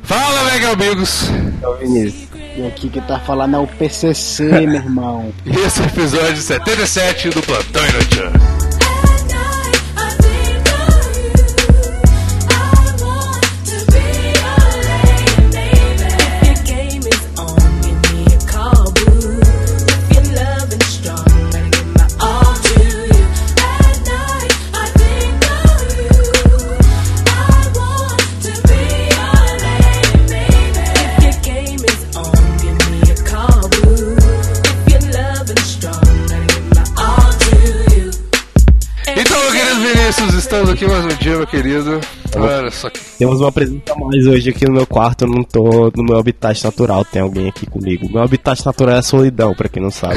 Fala, mega amigos! Ô Vinícius, e aqui que tá falando é o PCC, meu irmão. E esse é o episódio 77 do Plantão Inútil. Estamos aqui mais um dia, meu querido. Olha só que... Temos uma presença a mais hoje aqui no meu quarto. Eu não tô no meu habitat natural. Tem alguém aqui comigo. Meu habitat natural é a solidão, pra quem não sabe.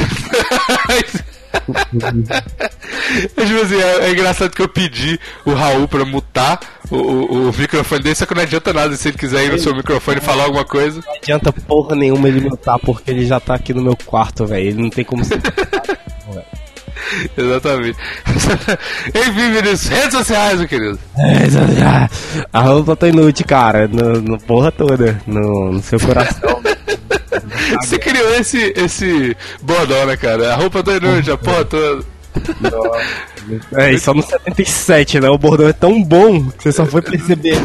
Tipo assim, é engraçado que eu pedi o Raul pra mutar o microfone dele, só que não adianta nada se ele quiser ir no seu microfone e falar alguma coisa. Não adianta porra nenhuma ele mutar, porque ele já tá aqui no meu quarto, velho. Ele não tem como ser mutado, velho. Exatamente. Enfim, Vinícius, redes sociais, meu querido. A roupa tá inútil, cara. No porra toda. No seu coração. Você criou esse bordão, né, cara? A roupa tá inútil, a porra toda. É, só no 77, né? O bordão é tão bom que você só foi perceber.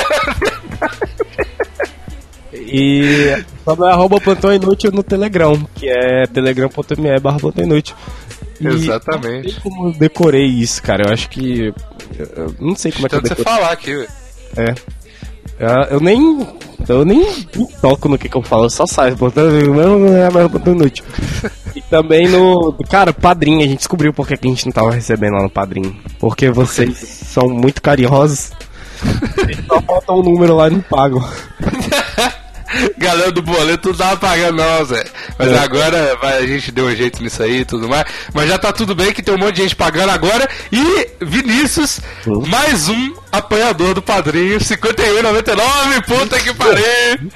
E sobre a @plantão inútil no Telegram, que é telegram.me/plantão inútil. Exatamente. Não sei como eu decorei isso, cara. Eu acho que. Eu não sei como é que eu decorei. Você falar aqui, velho. Eu nem toco no que eu falo, eu só saio. Plantão inútil. E também no. Cara, Padrim, a gente descobriu porque que a gente não tava recebendo lá no Padrim. Porque vocês são muito carinhosos. Eles só botam um número lá e não pagam. Galera do boleto não tava pagando não, Zé. Mas agora a gente deu um jeito nisso aí e tudo mais. Mas já tá tudo bem que tem um monte de gente pagando agora. E Vinícius, mais um apanhador do padrinho, 51,99, puta que pariu.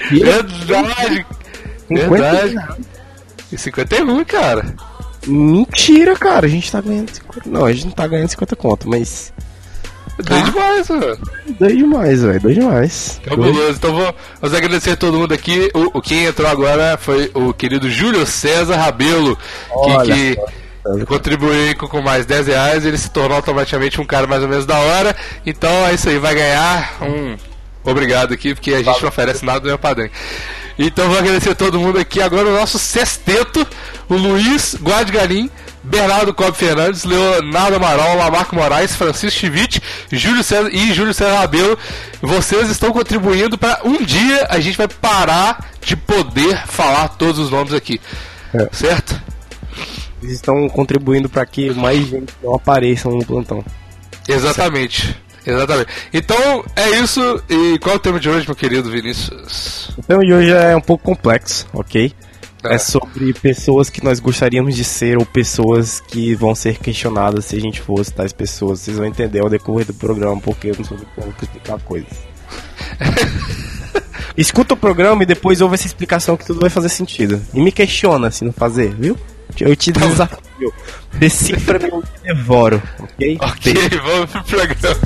Verdade. E 51, cara. Mentira, cara, a gente tá ganhando 50. Não, a gente não tá ganhando 50 conto, mas... Doido demais, velho. Doido demais, velho. Doido demais. Cabuloso. Então vamos agradecer a todo mundo aqui. Quem entrou agora foi o querido Júlio César Rabelo, que contribuiu com mais R$10. Ele se tornou automaticamente um cara mais ou menos da hora. Então é isso aí, vai ganhar um obrigado aqui, porque a gente não oferece nada do meu padrinho. Então vou agradecer a todo mundo aqui. Agora o nosso sexteto, o Luiz Guadgalim, Bernardo Cobb Fernandes, Leonardo Amaral, Lamarco Moraes, Francisco Chivite, Júlio César Rabelo. Vocês estão contribuindo para um dia a gente vai parar de poder falar todos os nomes aqui, certo? Eles estão contribuindo para que mais gente não apareça no plantão. Exatamente. Exatamente. Então é isso. E qual é o tema de hoje, meu querido Vinícius? O tema de hoje é um pouco complexo, ok? É sobre pessoas que nós gostaríamos de ser ou pessoas que vão ser questionadas se a gente fosse tais pessoas. Vocês vão entender ao decorrer do programa, porque eu não sou muito bom pra explicar coisas. Escuta o programa e depois ouve essa explicação que tudo vai fazer sentido. E me questiona se não fazer, viu? Eu te desafio. Decifra meu devoro, ok? Ok, vamos pro programa.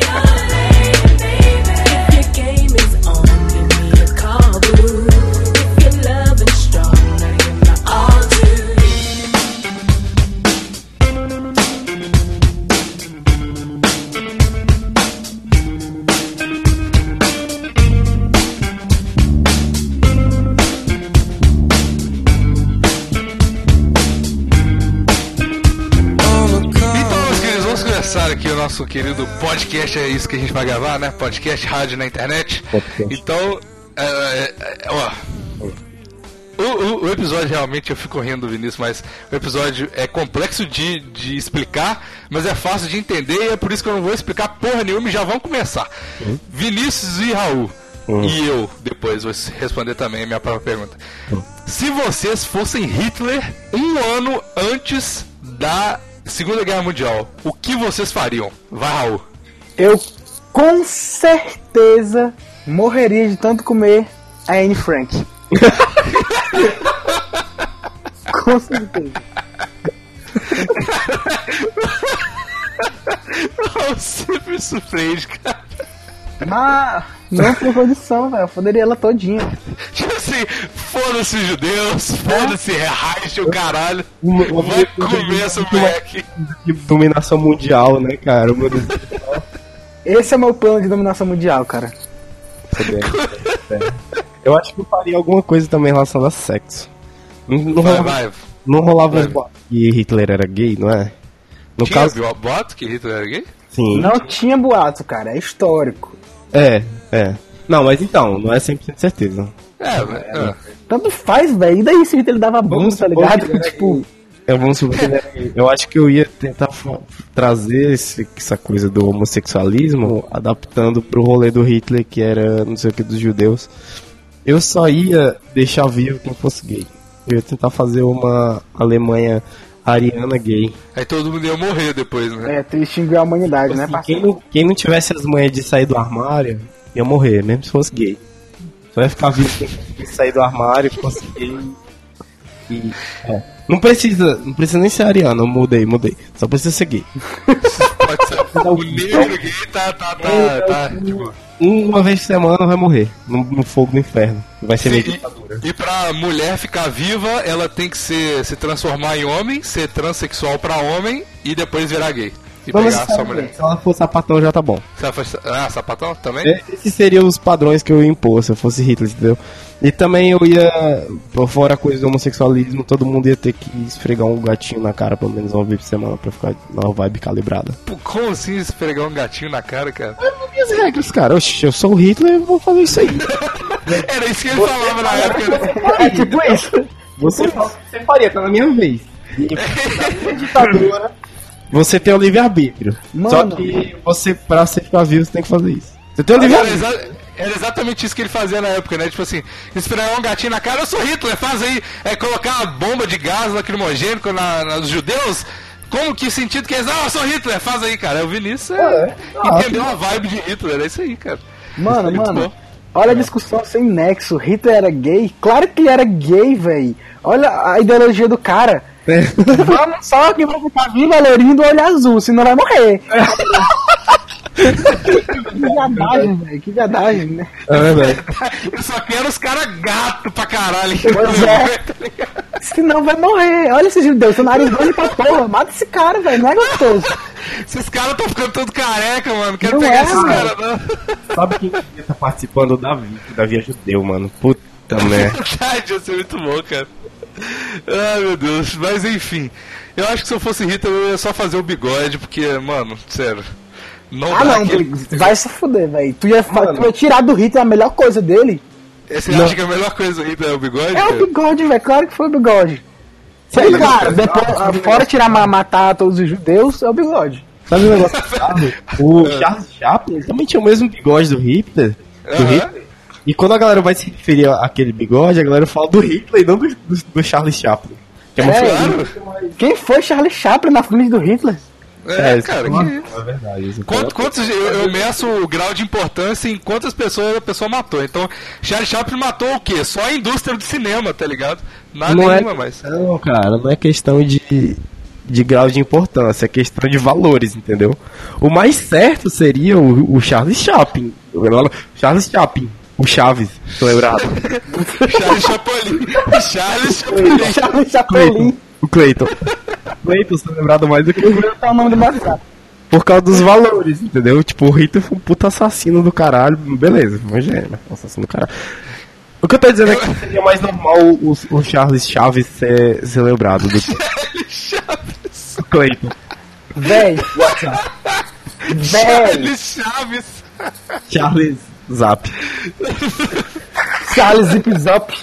Aqui o nosso querido podcast, é isso que a gente vai gravar, né? Podcast, rádio na internet. Podcast. Então, o episódio realmente, eu fico rindo, Vinícius, mas o episódio é complexo de explicar, mas é fácil de entender e é por isso que eu não vou explicar porra nenhuma e já vamos começar. Vinícius e Raul, e eu depois vou responder também a minha própria pergunta. Se vocês fossem Hitler um ano antes da Segunda Guerra Mundial, o que vocês fariam? Vai, Raul. Eu com certeza morreria de tanto comer a Anne Frank. Com certeza. Raul sempre surpreende, cara. Não tem condição, velho. Eu foderia ela todinha. Tipo assim, foda-se os judeus, foda-se Reich, o caralho. Vai comer essa moleque. De dominação mundial, né, cara? Meu Deus do céu. Esse é meu plano de dominação mundial, cara. Eu acho que eu faria alguma coisa também relacionada a sexo. Vai. Não rolava uns boatos que Hitler era gay, não é? No Tinha caso, boato que Hitler era gay? sim. Não tinha boato, cara. É histórico. É. Não, mas então, não é 100% certeza. Tanto faz, velho. E daí se ele dava bunda, tá ligado? Tipo, Vamos supor que ele era gay. Eu acho que eu ia tentar trazer essa coisa do homossexualismo, adaptando pro rolê do Hitler, que era não sei o que dos judeus. Eu só ia deixar vivo quem fosse gay. Eu ia tentar fazer uma Alemanha ariana gay. Aí todo mundo ia morrer depois, né? tu extinguiu a humanidade, né, Assim, parceiro? quem não tivesse as manhas de sair do armário, ia morrer, mesmo se fosse gay. Só ia ficar vivo quem conseguisse sair do armário, fosse gay. Não precisa nem ser ariano, eu mudei. Só precisa ser gay. Pode ser. O negro gay tá tipo... Uma vez por semana vai morrer no fogo do inferno. Vai ser meio ditadura. E pra mulher ficar viva, ela tem que se transformar em homem, ser transexual pra homem e depois virar gay. E Não, pegar a sua mulher. se ela for sapatão já tá bom. Sapatão também? Esses seriam os padrões que eu ia impor se eu fosse Hitler, entendeu? E também eu ia, por fora a coisa do homossexualismo, todo mundo ia ter que esfregar um gatinho na cara pelo menos uma vez por semana pra ficar na vibe calibrada. Pô, como assim esfregar um gatinho na cara, cara? Minhas regras, cara. Oxi, eu sou o Hitler, eu vou fazer isso aí. Era isso que ele falava na época, né? É tipo isso. Você faria, tá na minha vez. E na minha ditadura, você tem o livre-arbítrio. Mano. Só que pra você ficar vivo, você tem que fazer isso. Você tem o livre-arbítrio. Era exatamente isso que ele fazia na época, né? Tipo assim, esfregar um gatinho na cara, eu sou Hitler, faz aí, colocar uma bomba de gás lacrimogênico nos judeus. Como que sentido que eles, eu sou Hitler, faz aí, cara. Eu vi nisso, entendeu a vibe de Hitler, é isso aí, cara. Mano, olha a discussão sem nexo. Hitler era gay? Claro que ele era gay, velho. Olha a ideologia do cara. Vamos só que vai ficar vivo, é loirinho do olho azul, senão vai morrer. Que viadagem, velho. Que viadagem, né? Velho. Eu só quero os caras gato pra caralho. Pois é. Senão vai morrer. Olha esse judeu, seu nariz grande pra porra. Mata esse cara, velho. Não é gostoso. Esses caras tão ficando todo careca, mano. Quero Não pegar esses caras, não. Sabe quem devia estar participando da Via Judeu, mano? Puta merda. Verdade, ia ser muito bom, cara. Ai, meu Deus. Mas enfim, eu acho que se eu fosse Hitler, eu ia só fazer o bigode, porque, mano, sério. Não vai se fuder, velho. Tu ia tirar do Hitler a melhor coisa dele. Você acha que a melhor coisa do Hitler é o bigode? É o bigode, velho. Claro que foi o bigode. Sabe, cara, depois, fora matar todos os judeus, é o bigode. Sabe o negócio? O Charles Chaplin também tinha o mesmo bigode do Hitler. E quando a galera vai se referir àquele bigode, a galera fala do Hitler e não do Charles Chaplin. Que é claro. Quem foi Charles Chaplin na família do Hitler? Cara, é verdade. Quantos eu meço o grau de importância em quantas pessoas a pessoa matou. Então, Charles Chaplin matou o quê? Só a indústria do cinema, tá ligado? Nada nenhuma mais. Não, cara, não é questão de grau de importância, é questão de valores, entendeu? O mais certo seria o Charles Chaplin. Charles Chaplin. O Chaves, tô lembrado. Charles Chapolin. Charles Chapolin. O Clayton. Clayton, tô lembrado mais do que o nome do mascate. Por causa dos valores, entendeu? Tipo, o Hitler foi um puta assassino do caralho. Beleza, foi gênio, assassino do caralho. O que eu tô dizendo é que seria mais normal o Charles Chaves ser lembrado do que Charles Chaves. o Clayton. Véi, Charles Chaves. Charles Zap. Charles Zip Zop.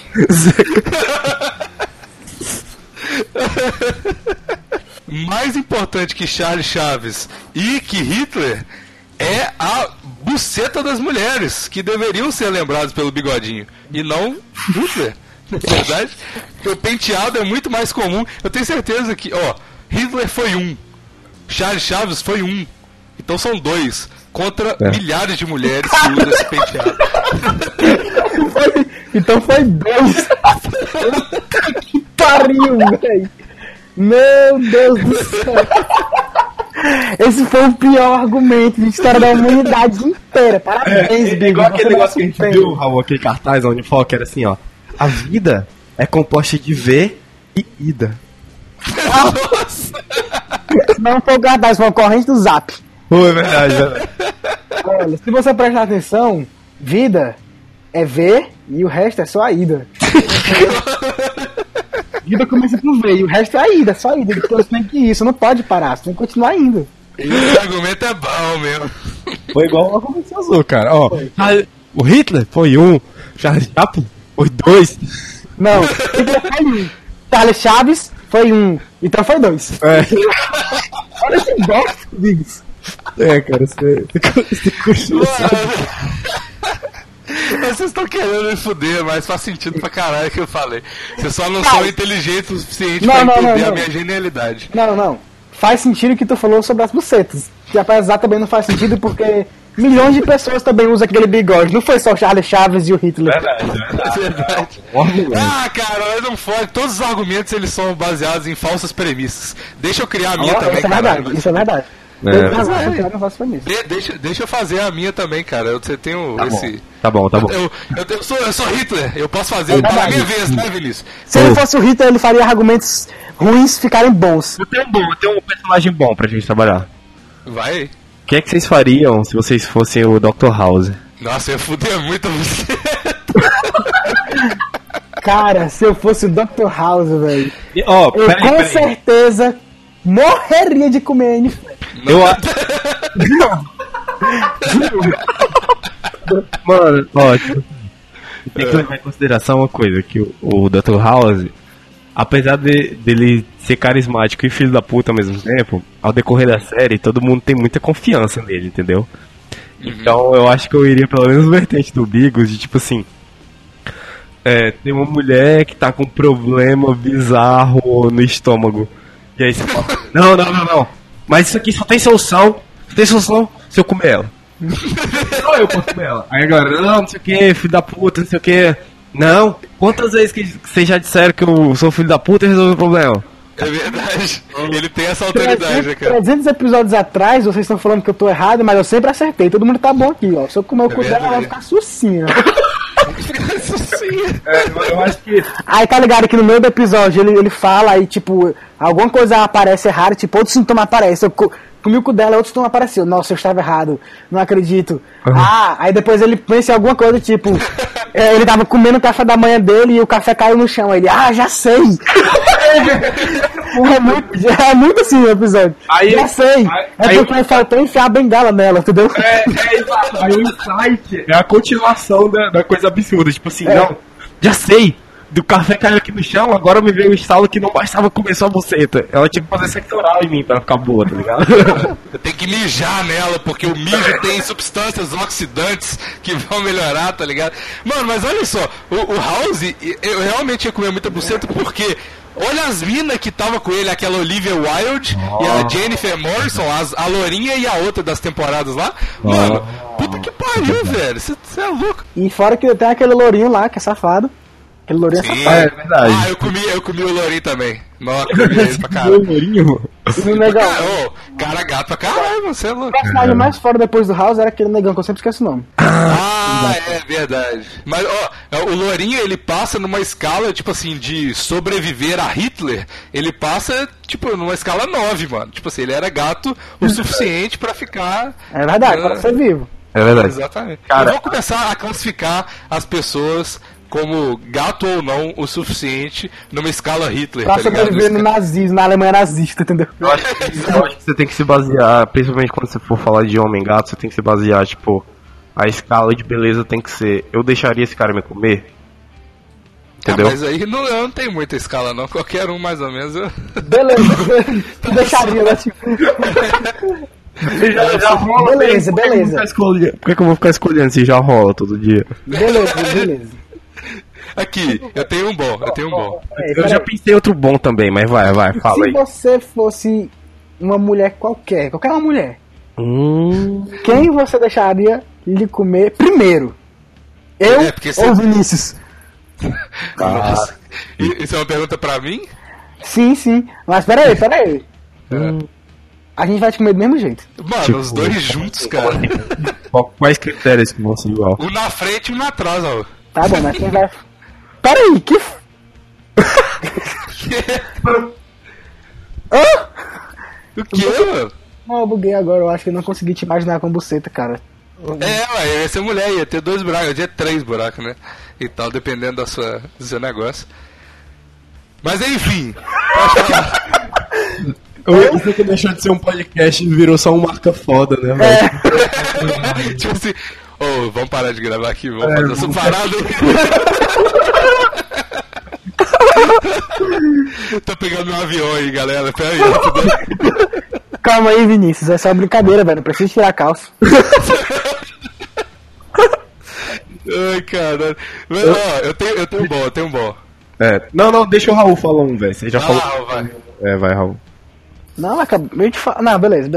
Mais importante que Charles Chaves e que Hitler é a buceta das mulheres, que deveriam ser lembradas pelo bigodinho, e não Hitler. Na verdade, o penteado é muito mais comum. Eu tenho certeza que, Hitler foi um, Charles Chaves foi um, então são dois contra milhares de mulheres que usam esse penteado. Então foi dois. Que pariu, velho. Meu Deus do céu. Esse foi o pior argumento de história da humanidade inteira. Parabéns, Bigos. Igual aquele negócio que a gente viu, Raul, aquele cartaz da Unifoc, era assim, ó. A vida é composta de V e ida. Não foi o cartaz, foi uma corrente do Zap. Pô, é verdade, velho. Olha, se você prestar atenção, vida é V e o resto é só a ida. Vida começa por V e o resto é a ida, só a ida. Então você tem que ir, você não pode parar, você tem que continuar indo. Esse argumento é bom mesmo. Foi igual o Robinson Azul, cara. Ó, o Hitler foi 1, Charles Chaplin foi 2. Não, Hitler foi 1. Charles Chaves foi 1, então foi 2. É. Olha esse bosta, Bigos. É, cara, você curtiu, sabe? Vocês estão querendo me fuder, mas faz sentido pra caralho o que eu falei. Vocês só não são inteligentes o suficiente pra entender a minha genialidade. Não. Faz sentido o que tu falou sobre as bucetas. Que apesar também não faz sentido porque milhões de pessoas também usam aquele bigode. Não foi só o Charles Chaves e o Hitler. Verdade. Ah, cara, eu não fode. Todos os argumentos eles são baseados em falsas premissas. Deixa eu criar a minha também, isso é verdade, isso é verdade. Deixa eu fazer a minha também, cara. Você tem esse. Tá bom. Eu sou Hitler, eu posso fazer a minha vez, né, Vinícius? Se ele fosse o Hitler, ele faria argumentos ruins ficarem bons. Eu tenho um personagem bom pra gente trabalhar. Vai. O que é que vocês fariam se vocês fossem o Dr. House? Nossa, eu ia fuder muito você. Cara, se eu fosse o Dr. House, velho, eu com certeza morreria de comer N. Mano, ótimo. Tem que levar em consideração uma coisa, que o Dr. House, apesar dele ser carismático e filho da puta ao mesmo tempo, ao decorrer da série, todo mundo tem muita confiança nele, entendeu? Então eu acho que eu iria pelo menos vertente do Bigos, de tipo assim, tem uma mulher que tá com um problema bizarro no estômago. E aí você fala, não. Mas isso aqui só tem solução se eu comer ela. Só eu posso comer ela. Aí agora, não sei o que, filho da puta, não sei o que. Não, quantas vezes que vocês já disseram que eu sou filho da puta e resolvi o problema? É verdade. Ele tem essa autoridade, cara. 300 episódios atrás, vocês estão falando que eu tô errado, mas eu sempre acertei. Todo mundo tá bom aqui, ó. Se eu comer o cu dela, ela vai ficar sucinha. Eu acho que... Aí tá ligado que no meio do episódio ele fala aí, tipo, alguma coisa aparece errada, tipo, outro sintoma aparece. Eu comi o cu dela, outro sintoma apareceu. Nossa, eu estava errado, não acredito. Aí depois ele pensa em alguma coisa, tipo, ele tava comendo o café da manhã dele e o café caiu no chão. Aí ele, já sei. É muito assim o episódio. Já sei. Porque faltou enfiar a bengala nela, entendeu? Exato. Aí o insight é a continuação da coisa absurda. Tipo assim, não, já sei. Do café caiu aqui no chão, agora me veio o estalo que não bastava comer só a buceta. Ela tinha que fazer sexo oral em mim pra ficar boa, tá ligado? Eu tenho que mijar nela, porque o mijo tem substâncias oxidantes que vão melhorar, tá ligado? Mano, mas olha só, o House, eu realmente ia comer muita buceta porque... Olha as minas que tava com ele, aquela Olivia Wilde e a Jennifer Morrison, a lourinha e a outra das temporadas lá. Mano, puta que pariu, velho. Você é louco. E fora que tem aquele lourinho lá, que é safado. Aquele lourinho é safado. É verdade. Eu comi o lourinho também. Nossa, eu comi ele pra caralho. O lourinho? Cara gato pra caralho, você é louco. O personagem mais fora depois do House era aquele negão que eu sempre esqueço o nome. É verdade. Mas, o lourinho, ele passa numa escala, tipo assim, de sobreviver a Hitler, ele passa, tipo, numa escala 9, mano. Tipo assim, ele era gato o suficiente pra ficar... É verdade, pra ser vivo. É verdade. Exatamente. Cara, eu vou começar a classificar as pessoas como gato ou não o suficiente numa escala Hitler. Pra sobreviver no nazismo, na Alemanha nazista, entendeu? Eu acho que você tem que se basear, principalmente quando você for falar de homem gato, você tem que se basear, tipo, a escala de beleza tem que ser, eu deixaria esse cara me comer? Entendeu? Mas aí eu não tenho muita escala não, qualquer um mais ou menos eu... Beleza, tu deixaria, né, tipo... Já rola, beleza. Por que eu vou ficar escolhendo se já rola todo dia? Beleza. Aqui, eu tenho um bom. Eu já pensei em outro bom também, mas vai, fala aí. Se você fosse uma mulher qualquer uma mulher, quem você deixaria lhe comer primeiro? Eu ou Vinícius? Nossa. Isso é uma pergunta pra mim? Sim, mas peraí. a gente vai te comer do mesmo jeito. Mano, Tipo, os dois juntos, cara. Quais critérios que vão ser igual? Um na frente e um na trás, ó. Tá bom, mas quem vai... Pera aí, que... O que, mano? Não, eu buguei agora, eu acho que eu não consegui te imaginar com buceta, cara. Ué, ia ser mulher, ia ter 2 buracos, ia ter 3 buracos, né? E tal, dependendo do seu negócio. Mas enfim. Isso que deixou de ser um podcast e virou só um marca foda, né, velho? Tipo assim, vamos parar de gravar aqui, vamos fazer essa parada aí. Tô pegando um avião aí, galera. Pera aí, tudo... Calma aí, Vinícius, é só brincadeira, velho. Não precisa tirar a calça. Ai, caralho. Mas, ó, eu tenho um bom. Não, deixa o Raul falar um, velho. Você já falou. Raul, vai. Vai, Raul. Não, acabei de falar. Não, beleza.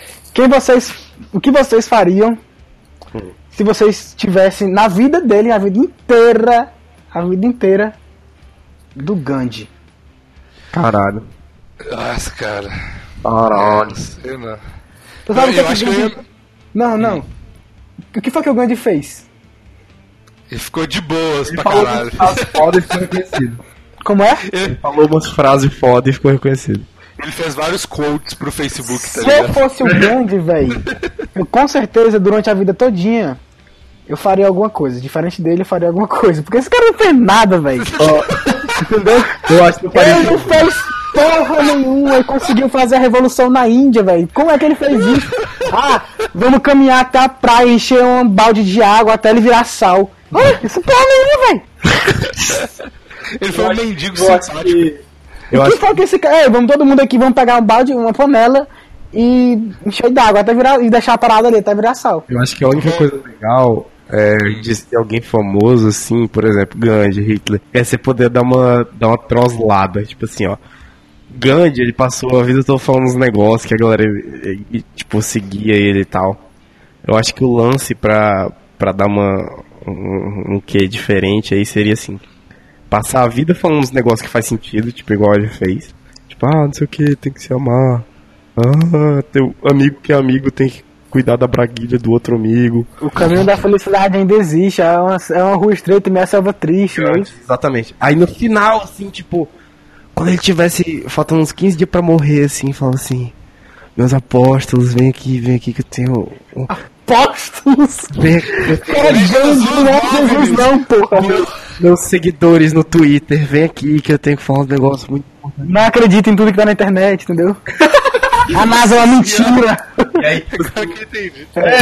O que vocês fariam se vocês tivessem na vida dele, a vida inteira do Gandhi? Caralho. Nossa, cara. Caralho. Não sei, não. Tu sabe o que Eu acho que eu ia... Não. O que foi que o Gandhi fez? Ele ficou de boas pra Falou caralho. umas frases foda e ficou reconhecido. Como é? Ele falou umas frases foda e ficou reconhecido. Ele fez vários quotes pro Facebook, tá Se eu ligado? fosse o Gandhi, velho, eu com certeza, durante a vida todinha, eu faria alguma coisa. Diferente dele, eu faria alguma coisa. Porque esse cara não fez nada, velho. Entendeu? Eu acho que eu faria. Ele não fez porra nenhuma. Ele conseguiu fazer a revolução na Índia, velho. Como é que ele fez isso? Vamos caminhar até a praia, encher um balde de água até ele virar sal. Isso porra nenhuma, velho. Ele foi um mendigo simpático. Eu O que acho foi que esse cara... vamos todo mundo aqui, vamos pegar um balde, uma panela e encher d'água até virar... E deixar a parada ali até virar sal. Eu acho que a única coisa legal de ser alguém famoso, assim, por exemplo, Gandhi, Hitler, é você poder dar uma troslada. Tipo assim, ó. Gandhi, ele passou a vida toda falando uns negócios que a galera, tipo, seguia ele e tal. Eu acho que o lance pra dar um quê diferente aí seria assim: passar a vida falando uns negócios que faz sentido, tipo, igual ele fez. Tipo, não sei o que, tem que se amar. Teu amigo que é amigo tem que cuidar da braguilha do outro amigo. O caminho da felicidade ainda existe. É uma rua estreita e meia selva triste, né? Exatamente. Aí no final, assim, tipo, quando ele tivesse faltando uns 15 dias pra morrer, assim, fala assim: meus apóstolos, vem aqui que eu tenho... Apóstolos? Vem aqui, Não é Jesus não, porra. meus seguidores no Twitter, vem aqui que eu tenho que falar um negócio muito importante. Não acredita em tudo que tá na internet, entendeu? A NASA é uma mentira. E aí, tipo, Agora que eu entendi.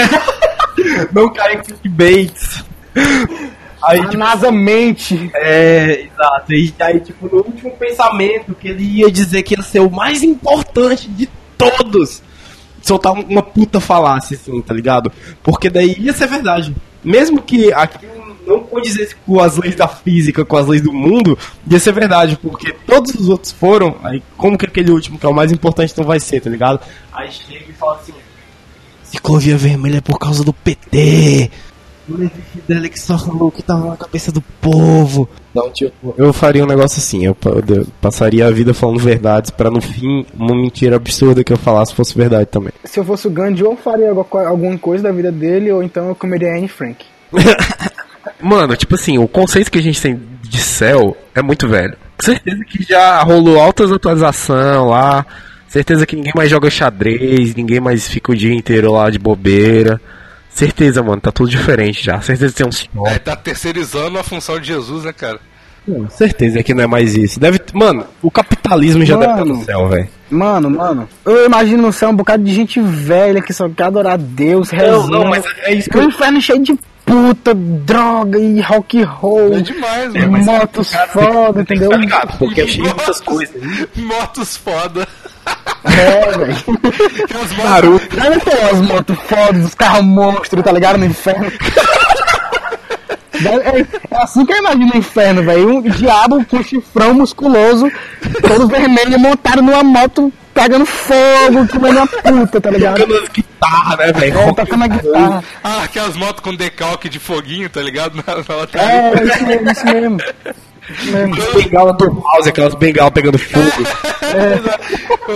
não caem em clickbaits. Aí, A NASA mente. Exato. E aí, tipo, no último pensamento, que ele ia dizer que ia ser o mais importante de todos, soltar uma puta falácia, assim, tá ligado? Porque daí ia ser verdade. Mesmo que aquilo não condizesse com as leis da física, com as leis do mundo, ia ser verdade, porque todos os outros foram, aí como que aquele último, que é o mais importante, não vai ser, tá ligado? Aí chega e fala assim: ciclovia vermelha é por causa do PT. O Levi Fidelix que só falou que tava na cabeça do povo. Então, tipo, eu faria um negócio assim, eu passaria a vida falando verdades pra no fim uma mentira absurda que eu falasse fosse verdade também. Se eu fosse o Gandhi, ou eu faria alguma coisa da vida dele, ou então eu comeria Anne Frank. Mano, tipo assim, o conceito que a gente tem de céu é muito velho. Certeza que já rolou altas atualizações lá. Certeza que ninguém mais joga xadrez, ninguém mais fica o dia inteiro lá de bobeira. Certeza, mano, tá tudo diferente já. Certeza que tem um Tá terceirizando a função de Jesus, né, cara? certeza que não é mais isso. Mano, o capitalismo já deve estar no céu, velho. Mano, eu imagino no céu um bocado de gente velha que só quer adorar Deus, rezando. Não, mas é isso que um inferno cheio de puta, droga e rock and roll. É demais, mano. Motos foda, entendeu? Tá ligado? Porque eu cheio muitas coisas. Motos foda. Velho. Tem umas motos... Naruto. Deve ter umas motos fodas, os carros monstros, tá ligado? No inferno. É assim que eu imagino o inferno, velho. Um diabo com chifrão musculoso, todo vermelho, montado numa moto, pegando fogo, comendo uma puta, tá ligado? Tocando as guitarras, né, velho? Tocando a guitarra. aquelas motos com decalque de foguinho, tá ligado? Na lateral. Isso mesmo. Bengala do mouse, aquelas bengalas pegando fogo. Os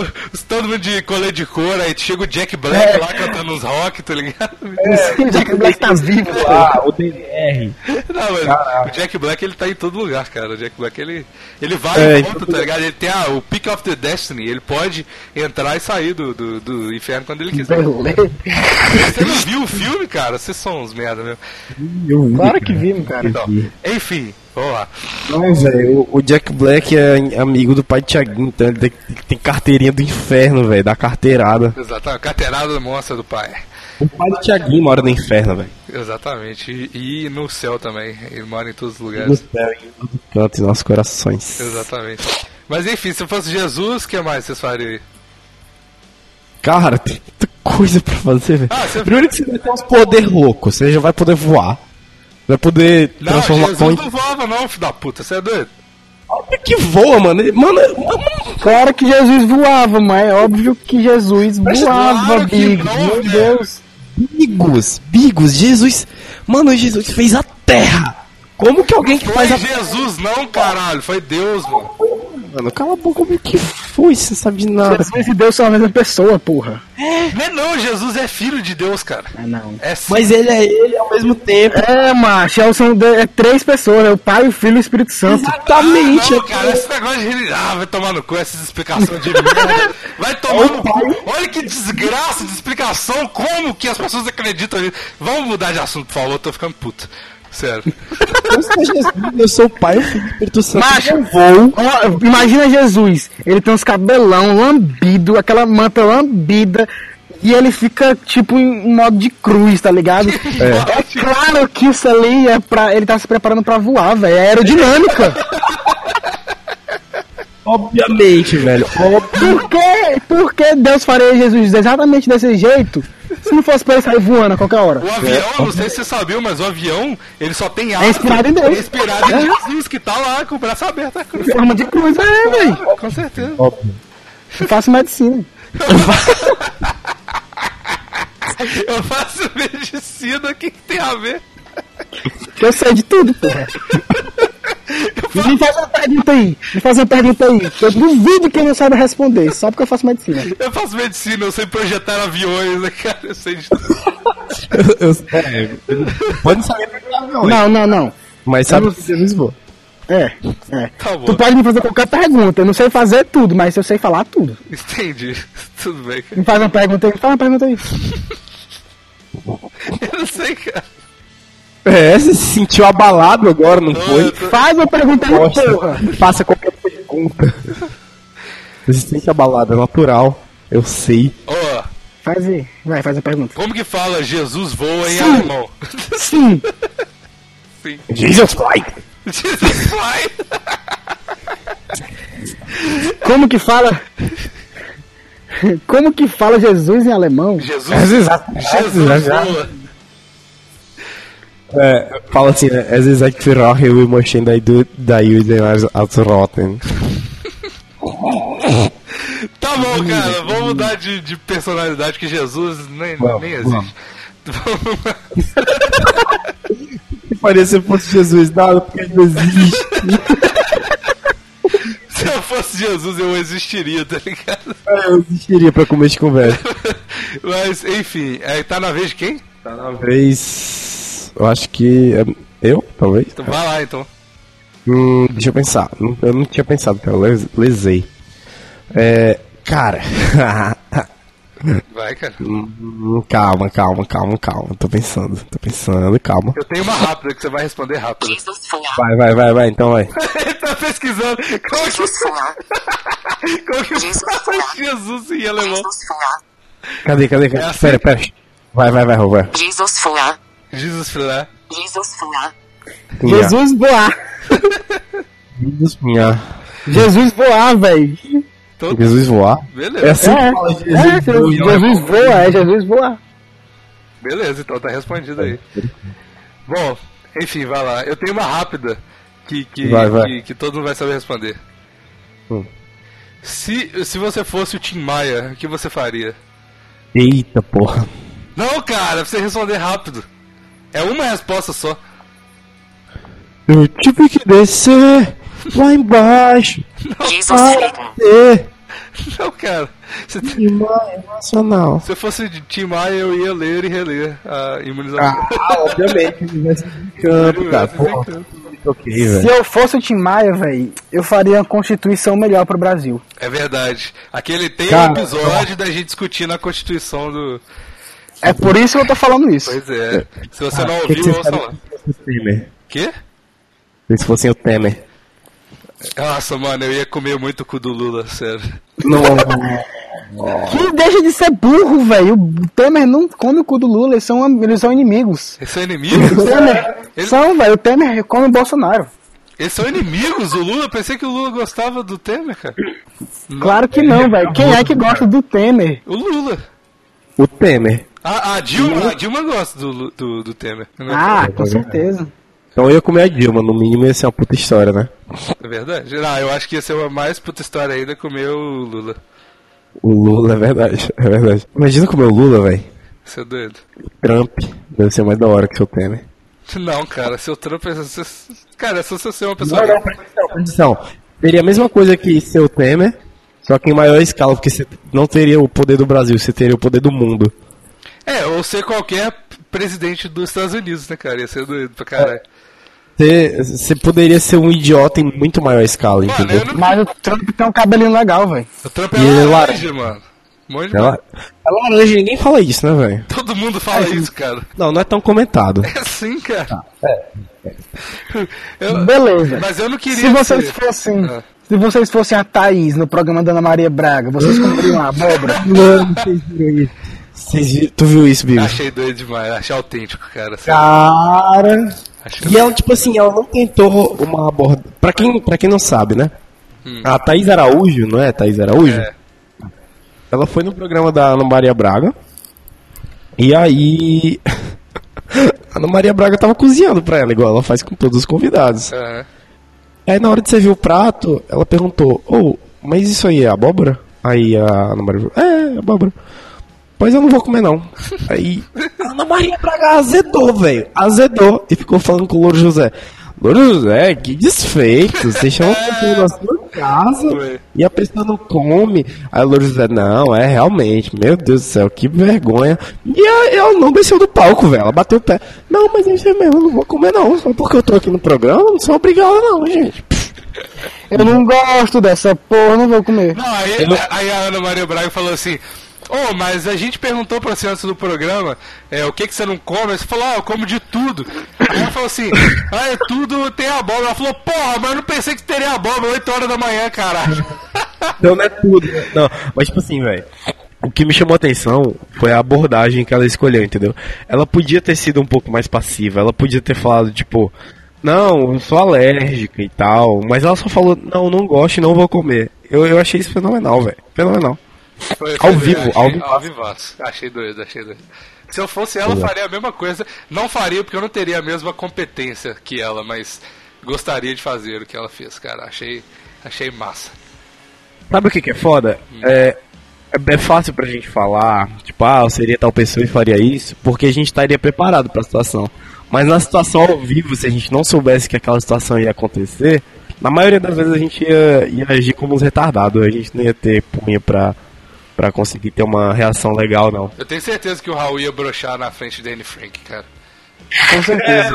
todo mundo de colete de cor, aí chega o Jack Black lá cantando uns rock, tá ligado? O Jack Black tá vivo, Ah, o DDR. Não, mas o Jack Black ele tá em todo lugar, cara. O Jack Black ele vai e volta, tá ligado? Ele tem o Pick of the Destiny, ele pode entrar e sair do inferno quando ele quiser. Você não viu o filme, cara? Vocês são uns merda mesmo. Claro que vimos, cara. Então, enfim, vamos lá. Não, velho, o Jack Black é amigo do pai de Thiaguinho, então ele tem carteirinha do inferno, velho, da carteirada. Exatamente, carteirada monstra do pai. O pai de Thiaguinho mora no inferno, velho. Exatamente, e no céu também, ele mora em todos os No lugares. céu, em todo canto, em nossos corações. Exatamente. Mas enfim, se fosse Jesus, o que mais vocês fariam aí? Cara, tem muita coisa pra fazer, velho. Ah, você- Primeiro que você vai ter uns poder loucos, você já vai poder voar. Vai poder Não, transformar Jesus não voava não, filho da puta, você é doido? Olha que voa, mano. Mano, Claro que Jesus voava, mas é óbvio que Jesus voava, claro que Bigos. não, Meu velho. Deus. Bigos, Jesus. Mano, Jesus fez a terra. Como que alguém que Foi faz a Jesus não, caralho, foi Deus, mano. Mano, cala a boca, como que foi? Você não sabe de nada. Jesus e Deus são a mesma pessoa, porra. Não é não, Jesus é filho de Deus, cara. Ah, não. É sim. Mas ele é ele ao mesmo tempo. É, macho, são três pessoas, é o Pai, o Filho e o Espírito Santo. Exatamente. Não, cara, esse negócio de religião, vai tomar no cu, essas explicações de merda. Vai tomar no cu. Olha que desgraça de explicação, como que as pessoas acreditam nisso. Vamos mudar de assunto, por favor, eu tô ficando puto. Sério. Eu sou Jesus, eu sou o pai, o filho e o Espírito Santo. Macho, ó, imagina Jesus, ele tem uns cabelão lambido, aquela manta lambida, e ele fica tipo em modo de cruz, tá ligado? É claro que isso ali é pra. Ele tá se preparando pra voar, velho. É aerodinâmica. Obviamente, velho. Por que Deus faria Jesus exatamente desse jeito? Se não fosse pra ele sair voando a qualquer hora. O avião, não sei se você sabia, mas o avião, ele só tem asa. É inspirado em Deus. É inspirado em Jesus, que tá lá com o braço aberto. Tá com... Forma de cruz, velho. Com certeza. Óbvio. Eu faço medicina. Eu faço medicina, o que tem a ver? Eu sei de tudo, porra. Me faz uma pergunta aí. Eu duvido que eu não saiba responder, só porque eu faço medicina. Eu faço medicina, eu sei projetar aviões, né, cara? Eu sei de tudo. Pode saber Não. mas sabe que Jesus voa. É. Tá bom. Tu pode me fazer qualquer pergunta. Eu não sei fazer tudo, mas eu sei falar tudo. Entendi. Tudo bem, cara. Me faz uma pergunta aí. Eu não sei, cara. É, você se sentiu abalado agora, não foi? Faz uma pergunta aí, porra. Faça qualquer pergunta. Você se sente abalado, é natural. Eu sei. Ó, Faz aí. Vai, faz a pergunta. como que fala Jesus voa em alemão? Sim. Sim. Jesus fly. Jesus fly. Como que fala... Como que fala Jesus em alemão? Jesus Jesus voa. Fala assim, né? Es ist ein Verrache, wie möchten da Juden als roten. Tá bom, cara, vamos mudar de personalidade, que Jesus nem existe. Que parecia se fosse Jesus, nada, porque ele não existe. Se eu fosse Jesus, eu existiria, tá ligado? Eu existiria pra comer de conversa. Mas, enfim, tá na vez de quem? Tá na vez. Eu acho que. Eu, talvez? Então vai lá, então. Deixa eu pensar. Eu não tinha pensado, cara. Eu lesei. Cara. Vai, cara. Calma. Tô pensando, calma. Eu tenho uma rápida que você vai responder rápido. Jesus voa. Vai, então vai. Ele tá pesquisando. Jesus voa. Como que Jesus fala voa. Jesus em alemão? Jesus voa. Cadê? assim. Pera. Vai, Roberto. Jesus voa. Jesus filé. Jesus voa. Jesus voar. Jesus minha. Jesus voar, velho. Todo... Jesus voar? Beleza. É assim que É, fala Jesus voa. Beleza, então tá respondido aí. Bom, enfim, vai lá. Eu tenho uma rápida que Vai. que todo mundo vai saber responder. Se você fosse o Tim Maia, o que você faria? Eita porra. Não, cara, pra você responder rápido. É uma resposta só. Eu tive que descer lá embaixo Jesus para fliegen. ter Não, cara. Tim Maia nacional. Se eu fosse de Tim Maia, eu ia ler e reler a imunização. Obviamente. Mas campo, cara. Porra, ok, velho. Se eu fosse o Tim Maia, velho, eu faria uma constituição melhor pro Brasil. É verdade. Aquele tem Cara, um episódio da gente discutindo a constituição do... É por isso que eu tô falando isso. Pois é. Se você não O que ouviu, vocês ouça fariam lá. se fosse o Temer? Quê? Se fossem o Temer. Nossa, mano, eu ia comer muito o cu do Lula, sério. Não. Que deixa de ser burro, velho. O Temer não come o cu do Lula, eles são inimigos. Eles são inimigos? O Temer, são, velho. O Temer come o Bolsonaro. Eles são inimigos, o Lula? Pensei que o Lula gostava do Temer, cara. Claro que não, velho. Quem é que gosta do Temer? O Lula. O Temer. A Dilma gosta do Temer. Né? Ah, com certeza. Então eu ia comer a Dilma, no mínimo ia ser uma puta história, né? É verdade? Não, eu acho que ia ser uma mais puta história ainda comer o Lula. O Lula, é verdade, é verdade. Imagina comer o Lula, velho. Você é doido? Trump deve ser mais da hora que seu Temer. Não, cara, seu Trump é... Cara, é só você ser uma Não, pessoa... não, presta atenção. Seria a mesma coisa que seu Temer, só que em maior escala, porque você não teria o poder do Brasil, você teria o poder do mundo. É, ou ser qualquer presidente dos Estados Unidos, né, cara? Ia ser doido pra caralho. Você poderia ser um idiota em muito maior escala, Mano, entendeu? eu não... Mas o Trump tem um cabelinho legal, velho. O Trump E ele é é laranja, mano. Muito Ela, ela laranja, ninguém fala isso, né, velho? Todo mundo fala isso, cara. Não, não é tão comentado. É assim, cara. Beleza. Mas eu não queria Se vocês ser... fossem... Ah. Se vocês fossem a Thaís no programa da Ana Maria Braga, vocês comeriam a abóbora? Mano, vocês viram isso? Tu viu isso, Bigo? Achei doido demais, achei autêntico, cara. Cara... Achei... E ela, tipo assim, ela não tentou uma aborda... Pra quem não sabe, né? A Thaís Araújo, não é Thaís Araújo? É. Ela foi no programa da Ana Maria Braga. E aí... a Ana Maria Braga tava cozinhando pra ela, igual ela faz com todos os convidados. Aham. Aí na hora de servir o prato, ela perguntou: mas isso aí é abóbora? Aí a Ana Maria falou: é abóbora. Pois eu não vou comer não. Aí a Ana Maria Braga azedou, velho. Azedou. E ficou falando com o Louro José: Louro José, que desfeito. Vocês chamam pessoa na sua casa e a pessoa não come. Aí o Louro José: não, é realmente. Meu Deus do céu, que vergonha. E ela não desceu do palco, velho. Ela bateu o pé: não, mas isso é mesmo, eu não vou comer não. Só porque eu tô aqui no programa, não sou obrigado não, gente. Eu não gosto dessa porra, não vou comer. Não, aí a Ana Maria Braga falou assim: mas a gente perguntou pra você antes do programa o que você não come. Você falou: eu como de tudo. Aí ela falou assim: é tudo, tem abóbora. Ela falou: porra, mas eu não pensei que teria abóbora 8 horas da manhã, caralho. Então não é tudo. Não, mas tipo assim, velho. O que me chamou a atenção foi a abordagem que ela escolheu, entendeu? Ela podia ter sido um pouco mais passiva. Ela podia ter falado, tipo... Não, eu sou alérgica e tal. Mas ela só falou: não gosto e não vou comer. Eu achei isso fenomenal, velho. Fenomenal. Ao vivo. Ao vivaço. Achei doido. Se eu fosse ela, eu faria a mesma coisa. Não faria porque eu não teria a mesma competência que ela, mas gostaria de fazer o que ela fez, cara. Achei massa. Sabe o que é foda? É fácil pra gente falar, tipo, eu seria tal pessoa e faria isso, porque a gente estaria preparado pra situação. Mas na situação ao vivo, se a gente não soubesse que aquela situação ia acontecer, na maioria das vezes a gente ia agir como uns retardados. A gente não ia ter punha pra conseguir ter uma reação legal, não. Eu tenho certeza que o Raul ia broxar na frente da Anne Frank, cara. Com certeza.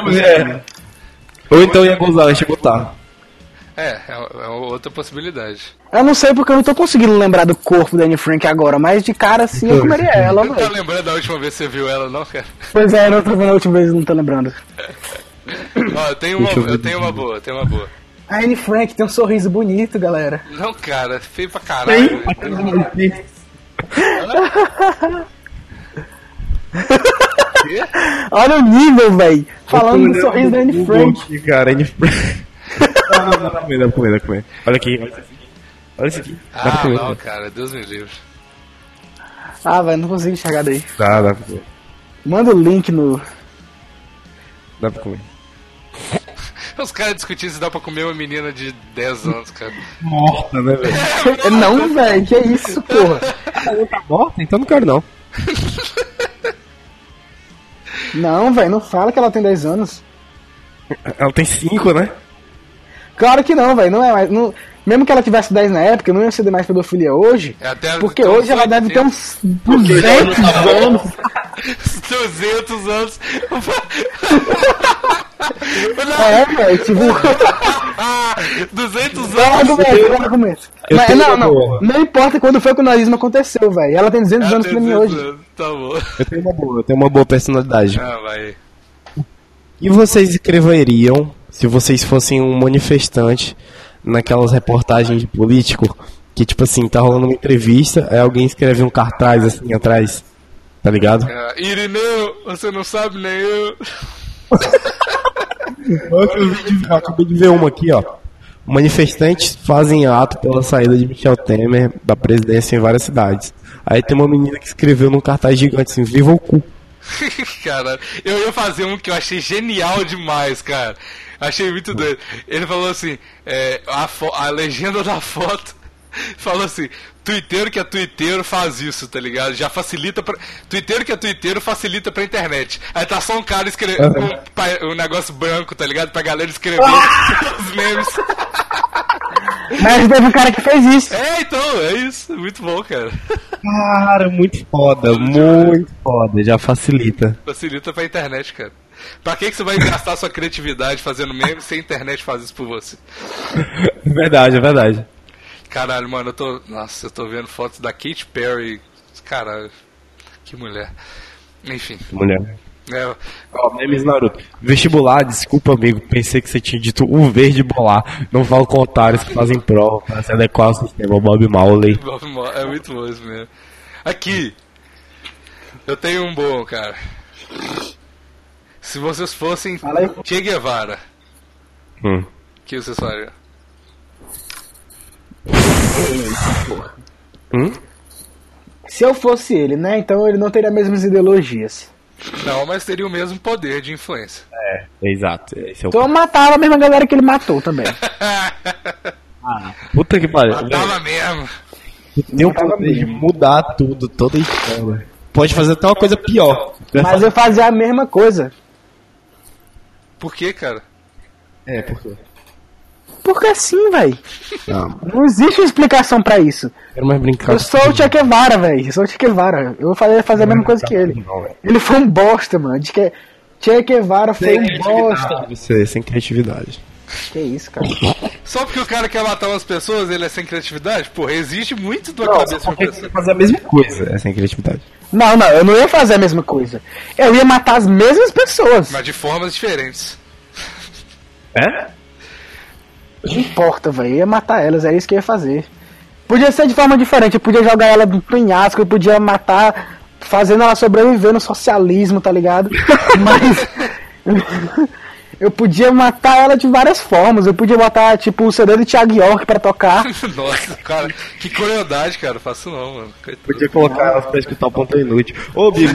Ou então ia gozar antes de botar. É outra possibilidade. Eu não sei porque eu não tô conseguindo lembrar do corpo da Anne Frank agora, mas de cara assim eu comeria ela, Você não tá velho. lembrando da última vez que você viu ela, não, cara? Pois é, eu tô vendo a última vez, não tô lembrando. Ó, eu tenho uma boa. A Anne Frank tem um sorriso bonito, galera. Não, cara, feio pra caralho. Olha o nível, velho. Falando do sorriso da Anne Frank. Cara, Anne Frank. Dá pra comer. Olha aqui, olha isso aqui. Dá pra Ah, comer. não, cara, Deus me livre. Ah, velho, não consigo enxergar daí. Dá pra comer. Manda o link no... Dá pra comer. Os caras discutindo se dá pra comer uma menina de 10 anos, cara. Morta, né, velho? Não, velho, que isso, porra. Tá morta? Então não quero não. Não, velho, não fala que ela tem 10 anos. Ela tem 5, né? Claro que não, velho, não é mais... Não... Mesmo que ela tivesse 10 na época, não ia ser mais pedofilia hoje. Porque hoje ela deve ter uns 200 anos. 200 anos. Velho, tipo... 200 argumento. Mas não importa quando foi que o nazismo aconteceu, velho. Ela tem 200 anos pra mim hoje. Tá bom. Eu tenho uma boa personalidade. Vai. E vocês escreveriam, se vocês fossem um manifestante naquelas reportagens de político, que tipo assim, tá rolando uma entrevista, aí alguém escreve um cartaz assim atrás, tá ligado? Irineu, você não sabe nem eu. Outro vídeo, eu acabei de ver uma aqui, ó. Manifestantes fazem ato pela saída de Michel Temer da presidência em várias cidades. Aí tem uma menina que escreveu num cartaz gigante assim, viva o cu. Cara, eu ia fazer um que eu achei genial demais, cara. Achei muito doido. Ele falou assim, a legenda da foto falou assim, tuiteiro que é tuiteiro faz isso, tá ligado? Já facilita pra... Tuiteiro que é tuiteiro facilita pra internet. Aí tá só um cara escrevendo um negócio branco, tá ligado? Pra galera escrever os memes. Mas teve um cara que fez isso. Então, é isso. Muito bom, cara. Cara, muito foda. Já facilita. Facilita pra internet, cara. Pra que você vai gastar sua criatividade fazendo memes se a internet faz isso por você? É verdade. Caralho, mano, eu tô vendo fotos da Katy Perry. Caralho, que mulher. Enfim. Mulher. Memes Naruto. Vestibular, desculpa, amigo. Pensei que você tinha dito o verde bolar. Não falo com otários que fazem prova para se adequar ao sistema Bob Marley. É muito bom isso mesmo. Aqui, eu tenho um bom, cara. Se vocês fossem Che Guevara, o que vocês fariam? Se eu fosse ele, né? Então ele não teria as mesmas ideologias. Não, mas teria o mesmo poder de influência. Exato. Então eu matava a mesma galera que ele matou também. Puta que pariu. Matava mesmo. Tem o poder de mudar tudo, toda a história. Pode fazer até uma coisa pior. Mas eu fazia a mesma coisa. Por que, cara? Por quê? Porque sim, velho. Não existe explicação pra isso. Quero mais brincar. Eu sou o Che Guevara, velho. Eu sou o Che Guevara. Eu vou fazer a mesma coisa que ele. Ele foi um bosta, mano. Che Guevara foi um bosta. Você sem criatividade. Que isso, cara. Só porque o cara quer matar umas pessoas, ele é sem criatividade? Porra, existe muito da cabeça de uma pessoa. Fazer a mesma coisa, é sem criatividade. Não, eu não ia fazer a mesma coisa. Eu ia matar as mesmas pessoas. Mas de formas diferentes. Não importa, velho. Eu ia matar elas, é isso que eu ia fazer. Podia ser de forma diferente. Eu podia jogar ela do penhasco, eu podia matar, fazendo ela sobreviver no socialismo, tá ligado? Mas eu podia matar ela de várias formas. Eu podia botar, tipo, o CD do Thiago York pra tocar. Nossa, cara, que crueldade, cara. Faço não, mano. Coitado. Podia colocar elas pra escutar o Ponto Inútil. Ô, Bibi,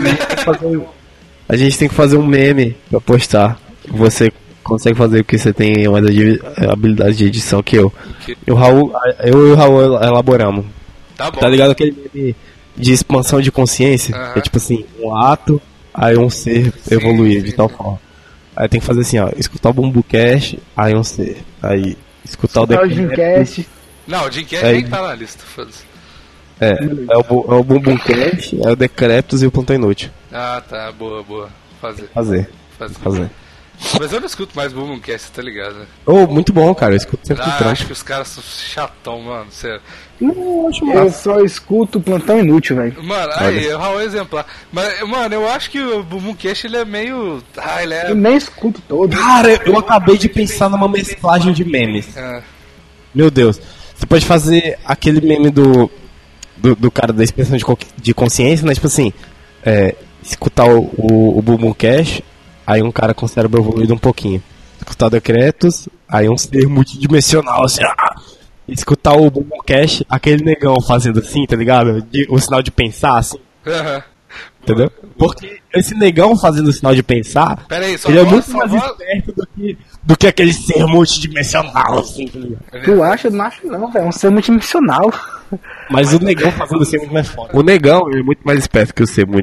a gente tem que fazer um meme pra postar. Você consegue fazer porque você tem mais habilidade de edição que eu. Eu e o Raul elaboramos. Tá bom. Tá ligado aquele meme de expansão de consciência? É tipo assim, um ato, aí um ser evoluir de tal forma. Aí tem que fazer assim, ó, escutar o Bumbucast, aí um ser. Aí escutar o Jimcast. Não, o Jimcast nem tá na lista, foda-se. É o Bumbucast, é o Decreptus e o Ponto Inútil. Ah, tá, boa. Fazer. Mas eu não escuto mais Bumbumcast, tá ligado? Muito bom, cara, eu escuto sempre o acho que os caras são chatão, mano, sério. Não, acho massa. Eu só escuto o Plantão Inútil, velho. Mano, aí, o Raul é exemplar. Mas, mano, eu acho que o Bumbumcast, ele é meio... ele é... Eu nem escuto todo. Cara, eu acabei de pensar numa mesclagem de memes. Meu Deus. Você pode fazer aquele meme do cara da expressão de consciência, né? Tipo assim, escutar o Bumbumcast, aí um cara com o cérebro evoluído um pouquinho. Escutar o Decretos, aí um ser multidimensional, assim, escutar o Bumbumcast, aquele negão fazendo assim, tá ligado? O sinal de pensar, assim. Entendeu? Porque esse negão fazendo o sinal de pensar, ele é muito mais esperto do que aquele ser multidimensional, assim, tá ligado? Tu acha? Eu não acho não, velho. É um ser multidimensional. Mas o negão fazendo o ser muito mais forte. O negão é muito mais esperto que o ser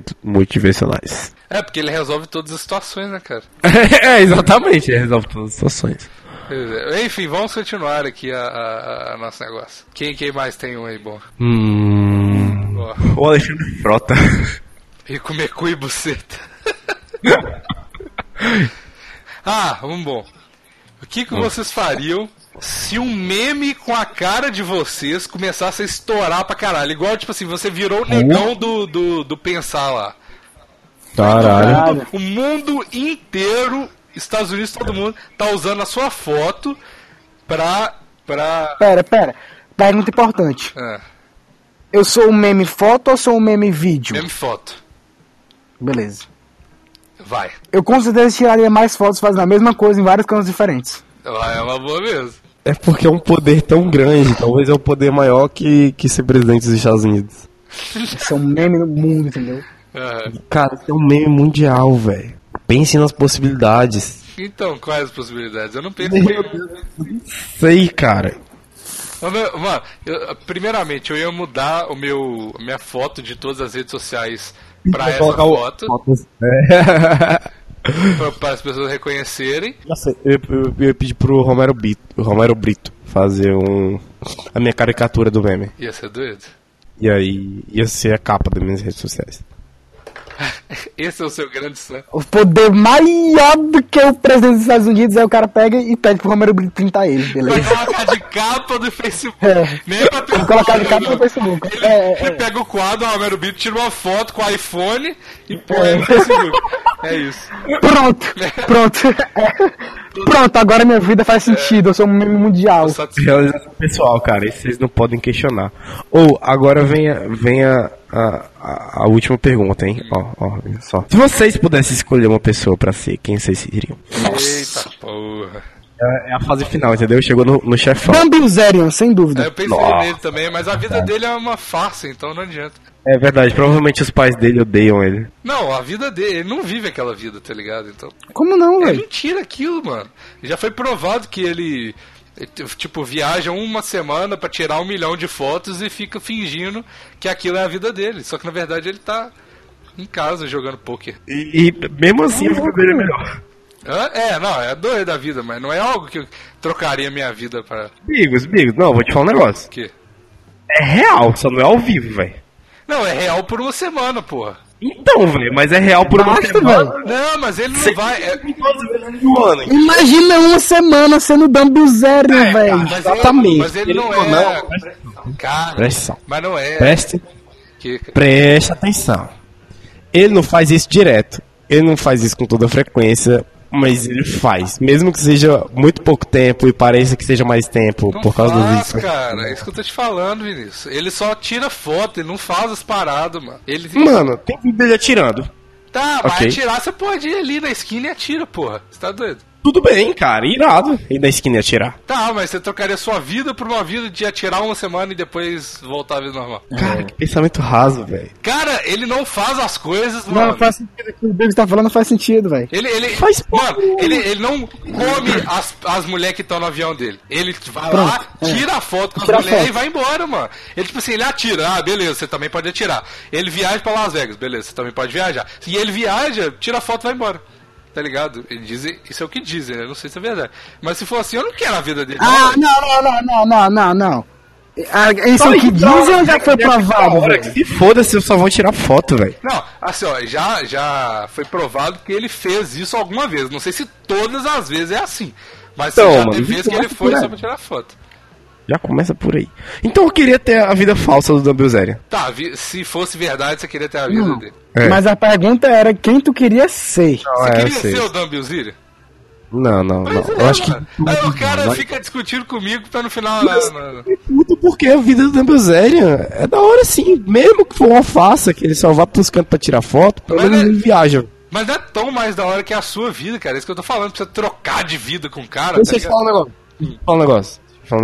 multidimensionais. Porque ele resolve todas as situações, né, cara? Exatamente, ele resolve todas as situações. Enfim, vamos continuar aqui a nosso negócio. Quem mais tem um aí bom? O Alexandre Frota. E comer cu e buceta. Um bom. O que vocês fariam se um meme com a cara de vocês começasse a estourar pra caralho? Igual, tipo assim, você virou o negão do pensar lá. Caralho. O mundo inteiro, Estados Unidos, todo mundo, tá usando a sua foto pra... Pera. Pergunta importante. Eu sou um meme foto ou sou um meme vídeo? Meme foto. Beleza. Vai. Eu com certeza tiraria mais fotos fazendo a mesma coisa em vários cantos diferentes. É uma boa mesmo. É porque é um poder tão grande, talvez é um poder maior que ser presidente dos Estados Unidos. Isso é um meme no mundo, entendeu? Cara, isso é um meme mundial, velho. Pense nas possibilidades. Então, quais as possibilidades? Eu não penso Sei, cara. Mano, primeiramente, eu ia mudar a minha foto de todas as redes sociais pra essa foto. Para as pessoas reconhecerem. Nossa, eu ia pedir pro Romero Brito fazer a minha caricatura do meme. Ia ser doido. E aí ia ser a capa das minhas redes sociais. Esse é o seu grande sonho. O poder maior do que o presidente dos Estados Unidos é o cara pega e pede pro Romero Brito printar ele, beleza? Vai colocar de capa do Facebook. Nem pra ter colocar de capa no Facebook. Ele pega o quadro, o Romero Brito tira uma foto com o iPhone e põe no Facebook. É isso. Pronto, agora minha vida faz sentido, eu sou um meme mundial. Realização pessoal, cara, isso vocês não podem questionar. Agora vem a última pergunta, hein? Ó, só. Se vocês pudessem escolher uma pessoa pra ser, quem vocês seriam? Eita porra. É a fase final, entendeu? Chegou no chefão. Dan Bilzerian, sem dúvida. Eu pensei nele também, mas a vida dele é uma farsa, então não adianta. É verdade, provavelmente os pais dele odeiam ele. Não, a vida dele, ele não vive aquela vida, tá ligado? Então. Como não, É velho? mentira aquilo, mano. Já foi provado que ele, tipo, viaja uma semana pra tirar 1 milhão de fotos e fica fingindo que aquilo é a vida dele. Só que na verdade ele tá em casa jogando poker. E mesmo assim a vida dele é melhor. É doido a vida, mas não é algo que eu trocaria minha vida pra... Bigos, não, vou te falar um negócio. O quê? É real, só não é ao vivo, velho. Não, é real por uma semana, porra. Então, velho, mas é real por uma semana. Não, mas ele não vai... Imagina uma semana sendo Dan Bilzerian, velho. Exatamente. Mas ele não é... Cara, presta atenção. Mas não é... Presta atenção. Ele não faz isso direto. Ele não faz isso com toda frequência, mas ele faz. Mesmo que seja muito pouco tempo e pareça que seja mais tempo não por causa disso. Cara, é isso que eu tô te falando, Vinícius. Ele só tira foto, ele não faz as paradas, mano. Mano, tem vídeo dele atirando. Tá, mas atirar você pode ir ali na esquina e atira, porra. Você tá doido? Tudo bem, cara, irado. E na esquina ia atirar. Tá, mas você trocaria sua vida por uma vida de atirar uma semana e depois voltar à vida normal. Cara, que pensamento raso, velho. Cara, ele não faz as coisas, não, mano. Não faz sentido. O que o David tá falando não faz sentido, velho. Ele faz mano, ele não come as mulheres que estão no avião dele. Ele vai lá, tira a foto com as mulheres e vai embora, mano. Ele, tipo assim, ele atira. Ah, beleza, você também pode atirar. Ele viaja pra Las Vegas, beleza, você também pode viajar. E ele viaja, tira a foto e vai embora. Tá ligado? Ele diz, isso é o que dizem, né? Eu não sei se é verdade. Mas se for assim, eu não quero a vida dele. Não. Isso é o que dizem ou já foi provado, velho? Se foda-se, eu só vou tirar foto, velho. Não, assim, ó, já foi provado que ele fez isso alguma vez. Não sei se todas as vezes é assim. Mas então, já teve vezes que ele foi só pra tirar foto. Já começa por aí. Então eu queria ter a vida falsa do Dan Bilzerian. Tá, se fosse verdade, você queria ter a vida dele. Mas a pergunta era quem tu queria ser. Você queria ser o Dan Bilzerian? Não. Eu acho que... Aí o cara fica discutindo comigo pra no final... Puto, porque a vida do Dan Bilzerian é da hora sim. Mesmo que for uma farsa, que ele só vá pros cantos pra tirar foto, pelo menos ele viaja. Mas não é tão mais da hora que a sua vida, cara. É isso que eu tô falando. Precisa trocar de vida com o cara. Deixa eu te falar um negócio.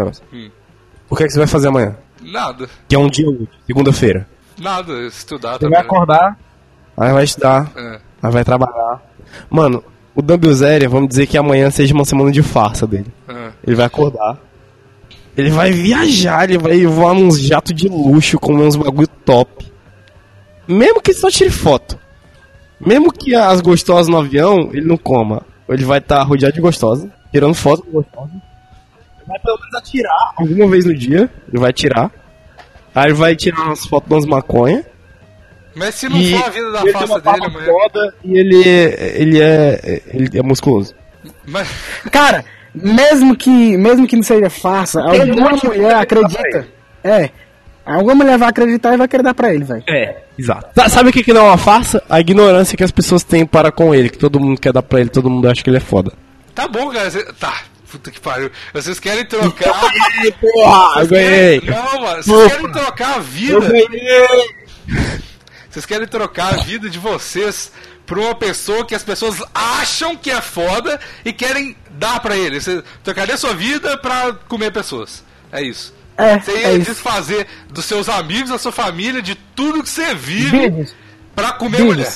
O que é que você vai fazer amanhã? Nada. Que é um dia útil, segunda-feira. Nada, estudar. Você vai acordar, aí vai estudar, aí vai trabalhar. Mano, o Dan Bilzerian, vamos dizer que amanhã seja uma semana de farsa dele. Ele vai acordar, ele vai viajar, ele vai voar num jato de luxo, comer uns bagulho top. Mesmo que ele só tire foto. Mesmo que as gostosas no avião, ele não coma. Ele vai estar rodeado de gostosa. tirando foto gostosa. Ele vai pelo menos atirar alguma vez no dia. Ele vai tirar. Aí ele vai tirar umas fotos das maconha. Mas se não for a vida da farsa dele, amanhã. Foda, e ele é musculoso. Mas... Cara, mesmo que não seja farsa, alguma mulher acredita. Alguma mulher vai acreditar e vai querer dar pra ele, velho. Exato. Sabe o que não é uma farsa? A ignorância que as pessoas têm para com ele, que todo mundo quer dar pra ele, todo mundo acha que ele é foda. Tá bom, cara. Tá. Puta que pariu. Vocês querem trocar... Porra, eu ganhei. Calma, vocês querem trocar a vida... Eu ganhei. Vocês querem trocar a vida de vocês por uma pessoa que as pessoas acham que é foda e querem dar pra ele. Você trocaria sua vida pra comer pessoas. É isso. Você ia desfazer dos seus amigos, da sua família, de tudo que você vive pra comer mulher.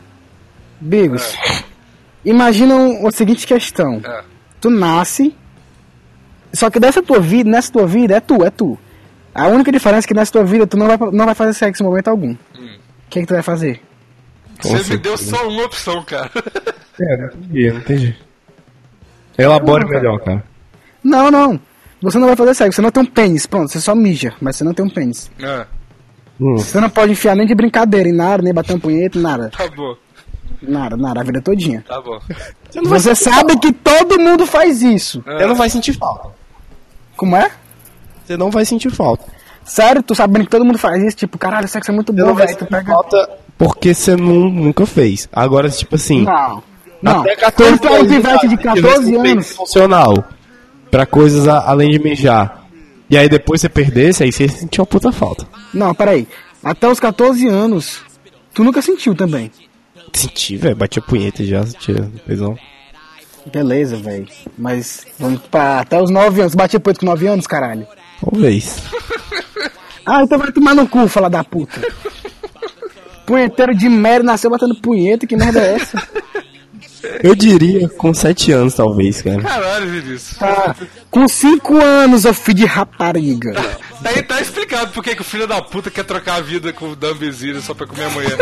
Bigos, imagina a seguinte questão. Tu nasce, só que nessa tua vida é tu. A única diferença é que nessa tua vida tu não vai fazer sexo em momento algum. O que tu vai fazer? Você me deu só uma opção, cara. Não entendi. Elabore melhor, cara. Não. Você não vai fazer sexo, você não tem um pênis. Pronto, você só mija, mas você não tem um pênis. Você não pode enfiar nem de brincadeira em nada, nem bater um punheta, nada. Tá bom. Nada, a vida todinha. Tá bom. Você sabe que todo mundo faz isso. Você não vai sentir falta. Como é? Você não vai sentir falta. Sério, tu sabendo que todo mundo faz isso, tipo, caralho, sexo é muito bom, velho. Tu pega falta porque você nunca fez. Agora, tipo assim... Não. Até 14 tu é um pivete de 14 anos... funcional. Pra coisas além de mijar. E aí depois você perdesse, aí você sentiu uma puta falta. Não, peraí. Até os 14 anos, tu nunca sentiu também. Senti, velho. Bati a punheta já, sentia pesão. Beleza, velho. Mas vamos pra até os 9 anos. Bati a punheta com 9 anos, caralho. Talvez. Então vai tomar no cu, fala da puta. Punheteiro de merda, nasceu batendo punheta, que merda é essa? Eu diria com 7 anos, talvez, cara. Caralho, Vinícius. Com 5 anos, eu fui de rapariga. Tá explicado por que o filho da puta quer trocar a vida com o Dumbezira só pra comer amanhã.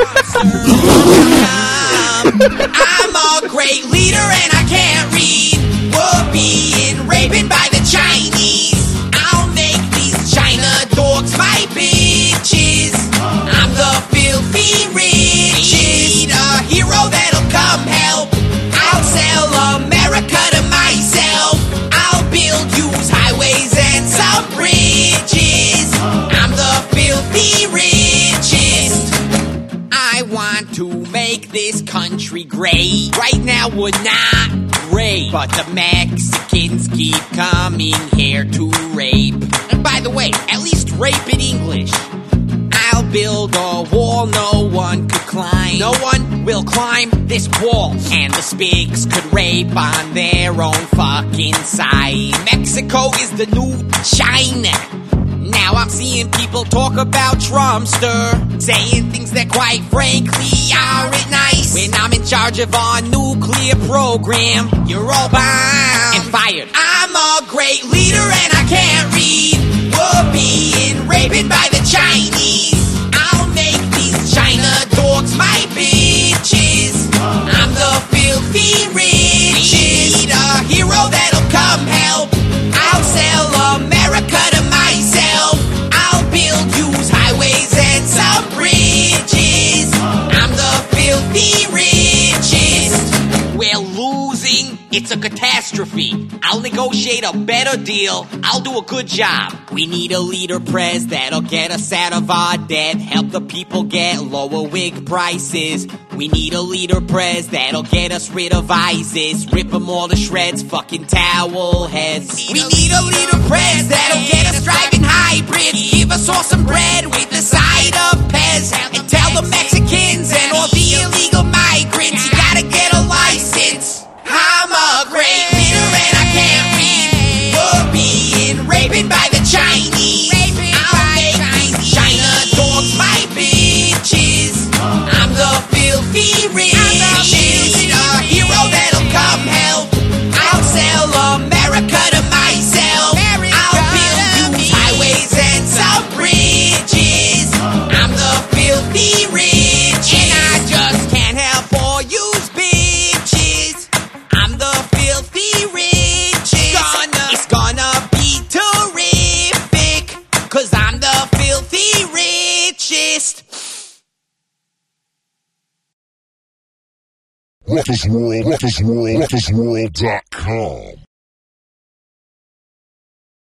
I'm a great leader and I can't read. Whoopee and raping by the Chinese. I'll make these China dogs my bitches. I'm the filthy richest. Need a hero that'll come help. I'll sell America to myself. I'll build use highways and some bridges. I'm the filthy richest. I want to make this country great. Right now we're not great, but the Mexicans keep coming here to rape. And by the way, at least rape in English. I'll build a wall no one could climb. No one will climb this wall. And the Spigs could rape on their own fucking side. Mexico is the new China. Now I'm seeing people talk about Trumpster, saying things that quite frankly aren't nice. When I'm in charge of our nuclear program, you're all bound and fired. I'm a great leader and I can't read. Whoopee and raping by the Chinese. I'll make these China dogs my bitches. I'm the filthy richest. Need a hero that'll come help. I'll sell America to myself. I'll build use highways and some bridges. I'm the filthy richest. We're losing. It's a catastrophe. I'll negotiate a better deal. I'll do a good job. We need a leader prez that'll get us out of our debt. Help the people get lower wig prices. We need a leader prez that'll get us rid of ISIS. Rip them all to shreds, fucking towel heads. We need a leader prez that'll get us driving hybrids. Give us all some bread with the side of Pez. And tell the Mexicans and all the illegal migrants, you gotta get a license. I'm a great leader and I can't read. Whoopee and raping by the Chinese. I'll make these China dogs my bitches. I'm the filthy richest. Need a hero that'll come help. I'll sell America to myself. RuckusWorld.com.